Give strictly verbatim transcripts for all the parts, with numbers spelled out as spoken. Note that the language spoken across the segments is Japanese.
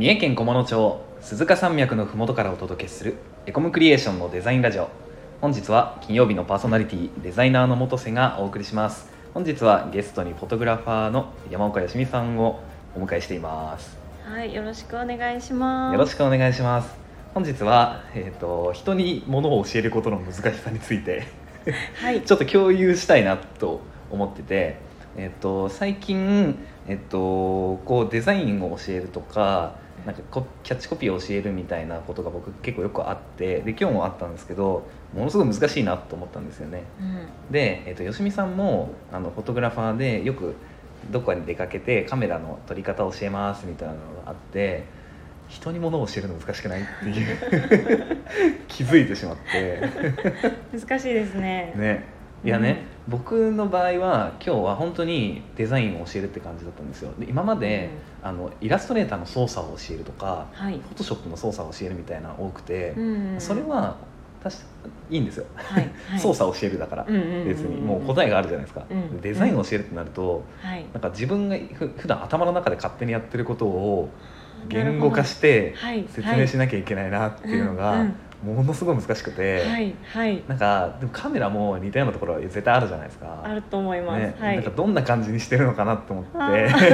三重県菰野町鈴鹿山脈のふもとからお届けするエコムクリエーションのデザインラジオ。本日は金曜日のパーソナリティデザイナーの元瀬がお送りします。本日はゲストにフォトグラファーの山岡よしみさんをお迎えしています。 はい、よろしくお願いします。 よろしくお願いします。本日は、えーと、人に物を教えることの難しさについてはい、 ちょっと共有したいなと思ってて、えーと、最近、えーと、こうデザインを教えるとかなんかこキャッチコピーを教えるみたいなことが僕結構よくあって、で今日もあったんですけど、ものすごい難しいなと思ったんですよね、 うん、 で、えーと、よしみさんもあのフォトグラファーでよくどこかに出かけてカメラの撮り方を教えますみたいなのがあって、人に物を教えるの難しくないっていう気づいてしまって難しいですね。 ね、いやね、 うん、 僕の場合は今日は本当にデザインを教えるって感じだったんですよ。で今まで、うん、あのイラストレーターの操作を教えるとか、はい、フォトショップの操作を教えるみたいなの多くて、うんうん、それは確かいいんですよ、はいはい、操作を教えるだから、うんうんうんうん、別にもう答えがあるじゃないですか、うん、デザインを教えるってなると、うん、なんか自分がふ普段頭の中で勝手にやってることを言語化して説明しなきゃいけないなっていうのがものすごい難しくて、はいはい、なんかでもカメラも似たようなところは絶対あるじゃないですか。 あると思います、 ね、 はい、 なんかどんな感じにしてるのかなと思って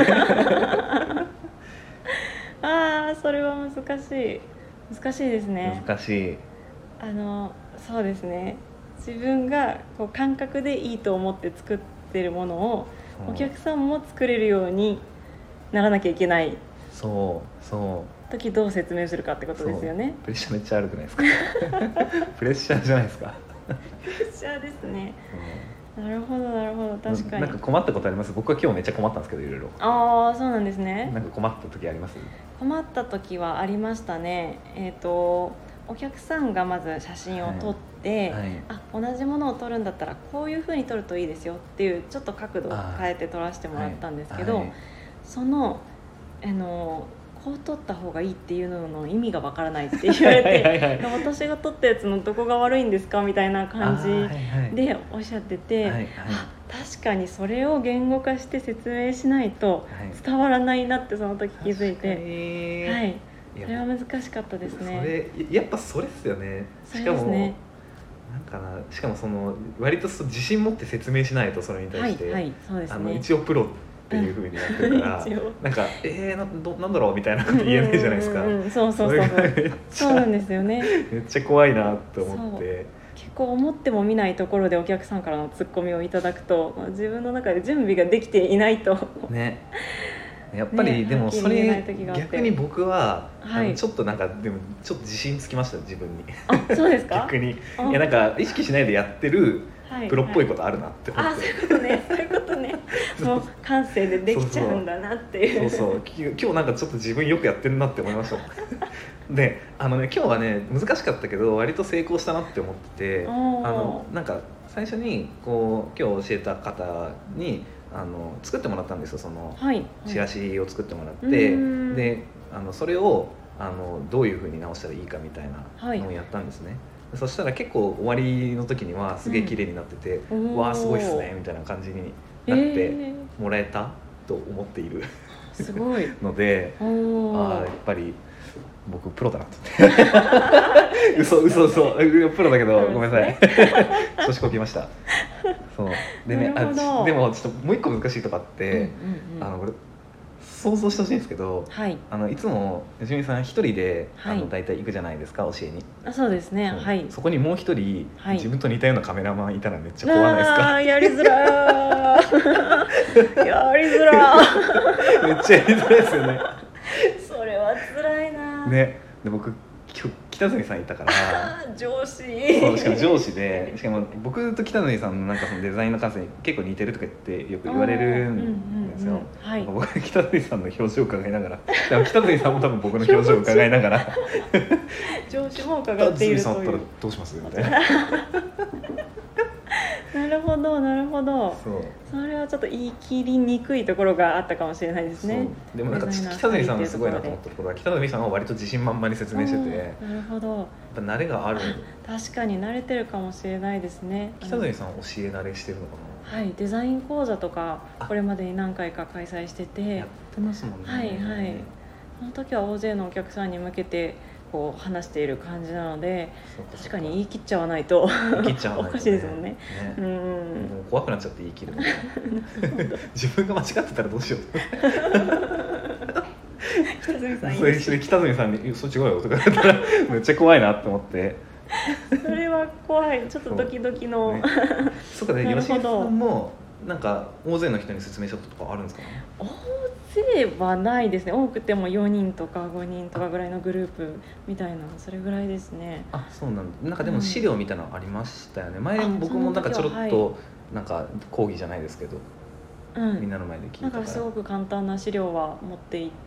ああ、それは難しい難しいですね。 難しい。 あのそうですね、自分がこう感覚でいいと思って作ってるものをお客さんも作れるようにならなきゃいけないそうそう時どう説明するかってことですよね。 プレッシャーめっちゃ悪くないですかプレッシャーじゃないですかプレッシャーですね、うん、なるほどなるほど、確かに。 なんか困ったことあります？僕は今日めっちゃ困ったんですけど、いろいろ。 ああ、そうなんですね。 なんか困った時あります？ 困った時はありましたね。えっとお客さんがまず写真を撮って、はいはい、あ、同じものを撮るんだったらこういう風に撮るといいですよっていうちょっと角度を変えて撮らせてもらったんですけど、はいはい、そのあのこう撮った方がいいっていうのの意味がわからないって言われてはいはい、はい、私が撮ったやつのどこが悪いんですかみたいな感じでおっしゃってて、はいはい、あ、確かにそれを言語化して説明しないと伝わらないなってその時気づいて、はい、それは難しかったですね。 それやっぱそれですよね。しかも、ね、なんかな、しかもその割と自信持って説明しないと、それに対して、はいはい、そうですね、あの一応プロっていう風になってるから、うん、なんかえー、な, どなんだろうみたいなこと言えないじゃないですか。 そうそうそうそうそうなんですよね。 めっちゃ怖いなって思って、 結構思っても見ないところでお客さんからのツッコミをいただくと、自分の中で準備ができていないとね、 やっぱり、ね、でもそれ逆に僕は、はい、あのちょっとなんかでもちょっと自信つきました、自分に。 あ、そうですか逆にいや、なんか意識しないでやってるプロっぽいことあるなって思って、 はいはい、あ、そういうことね、そういうことねもう感性でできちゃうんだなっていう。 そうそう今日なんかちょっと自分よくやってるなって思いましたで、あのね、今日はね難しかったけど割と成功したなって思ってて、あのなんか最初にこう今日教えた方にあの作ってもらったんですよ、その、はい、チラシを作ってもらって、であのそれをあのどういう風に直したらいいかみたいなのをやったんですね、はい、そしたら結構終わりの時にはすげえ綺麗になってて、うん、わーすごいっすねみたいな感じになってもらえたと思っている、えー、すごいので、あーやっぱり僕プロだなと思って嘘嘘嘘プロだけどごめんなさい調子こきましたそうでね、あでもちょっともう一個難しいとかって、うんうんうん、あの想像してほしいんですけど、はい、あのいつもよしみさん一人で、はい、あの大体行くじゃないですか、教えに。 あ、そうですね、はい、 そこにもう一人、はい、自分と似たようなカメラマンいたらめっちゃ怖ないですか？ あ、やりづらーやりづらーめっちゃやりづらいですよねそれは辛いなね。で僕今日北谷さんいたから上司そうしかも上司で、しかも僕と北谷さんのなんかそのデザインの感性に結構似てるとか言ってよく言われるんですよ、うんうんうん、はい、僕は北谷さんの表情を伺いながらでも北谷さんも多分僕の表情を伺いながら上司も伺っているという。北谷さんあったらどうしますみたいななるほどなるほど、そう、それはちょっと言い切りにくいところがあったかもしれないですね。 でもなんか北谷さんのすごいなと思ったところは、北谷さんは割と自信満々に説明してて、 なるほど、やっぱ慣れがある。 確かに慣れてるかもしれないですね。 北谷さん教え慣れしてるのかな。はい、デザイン講座とかこれまでに何回か開催しててやってますもんね。 はいはい、 その時は大勢のお客さんに向けてこう話している感じなので、確かに言い切っちゃわないと言い切っちゃわないと、ね、 おかしいですもんね。ね、 うん、もう怖くなっちゃって言い切る自分が間違ってたらどうしよう北住さんそれして北住さんに「そう違うよ」とか言ったらめっちゃ怖いなって思ってそれは怖い、ちょっとドキドキの、ね、 そうかね、吉井さんもなんか大勢の人に説明したこととかあるんですかね。 大勢はないですね。多くてもよにんとかごにんとかぐらいのグループみたいな、それぐらいですね。 あ、そうなんだ。なんかでも資料みたいなのありましたよね、うん、前僕もなんかちょろっとなんか講義じゃないですけど、うん、みんなの前で聞いたから、 なんかすごく簡単な資料は持っていって、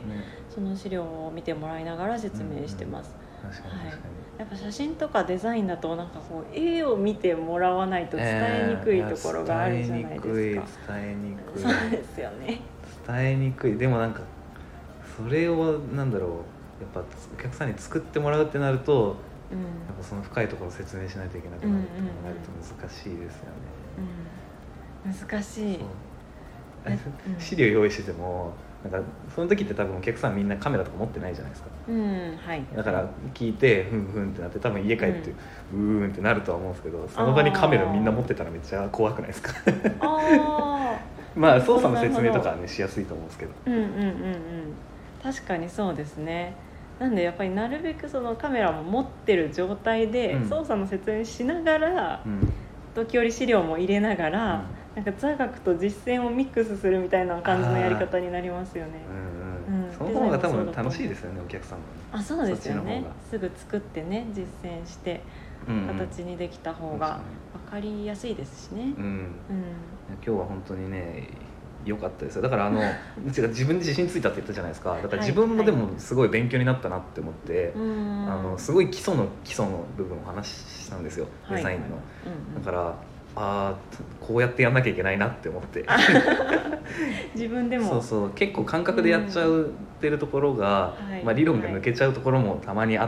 うん、その資料を見てもらいながら説明してます、うんうん、確かに確かに、はい、やっぱ写真とかデザインだとなんかこう絵を見てもらわないと伝えにくいところがあるじゃないですか、えー、伝えにくい伝えにくいそうですよね、 伝えにくい。でもなんかそれをなんだろう、やっぱお客さんに作ってもらうってなると、うん、やっぱその深いところを説明しないといけなくなるって考えると難しいですよね、 うんうん、難しい。 資料用意しててもなんかその時って多分お客さんみんなカメラとか持ってないじゃないですか、 うんはい、 だから聞いてふんふんってなって多分家帰って、うん、うーんってなるとは思うんですけど、その場にカメラみんな持ってたらめっちゃ怖くないですかあまあ操作の説明とかはねしやすいと思うんですけど、 うんうんうんうん、確かにそうですね。なんでやっぱりなるべくそのカメラも持ってる状態で操作の説明しながら、うん、時折資料も入れながら、うんなんか座学と実践をミックスするみたいな感じのやり方になりますよね。 うんうんうん、その方が多分楽しいですよね、お客さんも。 あ、そうですよね。すぐ作ってね実践して形にできた方が分かりやすいですしね。うんうん、 今日は本当にね良かったですよ。だからあの自分に自信ついたって言ったじゃないですか。だから自分もでもすごい勉強になったなって思って、はいはい、あのすごい基礎の基礎の部分を話したんですよ、デザインの、はいはいうんうん、だからあこうやってやんなきゃいけないなって思って自分でもそうそう結構感覚でやっちゃってるところが、うんまあ、理論が抜けちゃうところもたまにあって、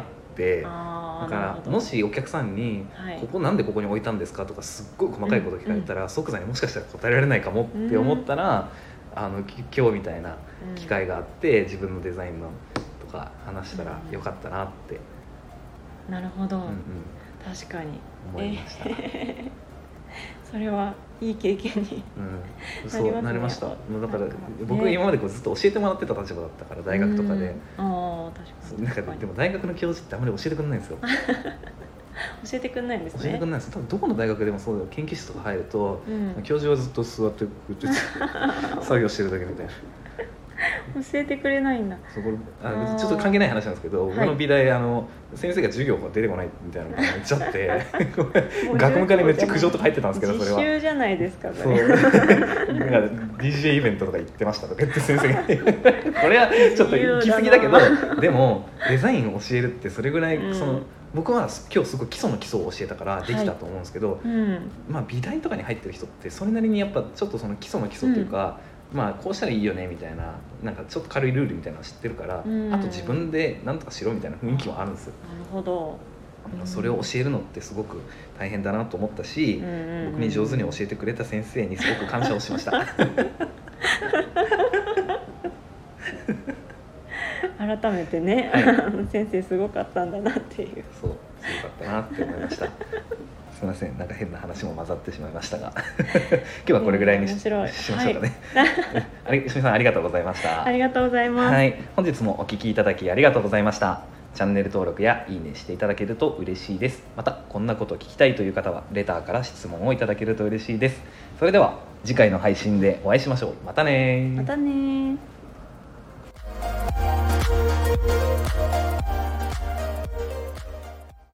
はい、だからもしお客さんに、はい、ここなんでここに置いたんですかとかすっごい細かいこと聞かれたら、うん、即座にもしかしたら答えられないかもって思ったら、うん、あの今日みたいな機会があって、うん、自分のデザインのとか話したらよかったなって、 うん、なるほど、うんうん、確かに思いました、えーそれはいい経験に、 うん、そうなりました。もうだから僕今までこうずっと教えてもらってた立場だったから大学とかで、 あ確かになんかでも大学の教授ってあまり教えてくれないんですよ教えてくれないんですね。 教えてくれないです。多分どこの大学でもそうだよ。研究室とか入ると、うん、教授はずっと座って作業してるだけみたいな教えてくれないんだ。 そこあちょっと関係ない話なんですけど、僕の美大あの先生が授業が出てこないみたいなのがめっちゃあって学務課にめっちゃ苦情とか入ってたんですけど、それは実習じゃないですかそれ。そうなんか ディージェー イベントとか行ってましたとか言って先生がこれはちょっと行き過ぎだけどでもデザインを教えるってそれぐらい、うん、その僕は今日すごい基礎の基礎を教えたからできたと思うんですけど、はいうんまあ、美大とかに入ってる人ってそれなりにやっぱちょっとその基礎の基礎というか、うんまあ、こうしたらいいよねみたいな、なんかちょっと軽いルールみたいなの知ってるから、うん、あと自分で何とかしろみたいな雰囲気はあるんですよ。 なるほど。 それを教えるのってすごく大変だなと思ったし、うんうんうん、僕に上手に教えてくれた先生にすごく感謝をしました改めてね、はい、先生すごかったんだなっていう。 そう、すごかったなって思いましたすみません、なんか変な話も混ざってしまいましたが今日はこれぐらいに し, しましょうかね、はい、吉見さんありがとうございました。 ありがとうございます、 はい、本日もお聞きいただきありがとうございました。チャンネル登録やいいねしていただけると嬉しいです。またこんなこと聞きたいという方はレターから質問をいただけると嬉しいです。それでは次回の配信でお会いしましょう。またねまたね。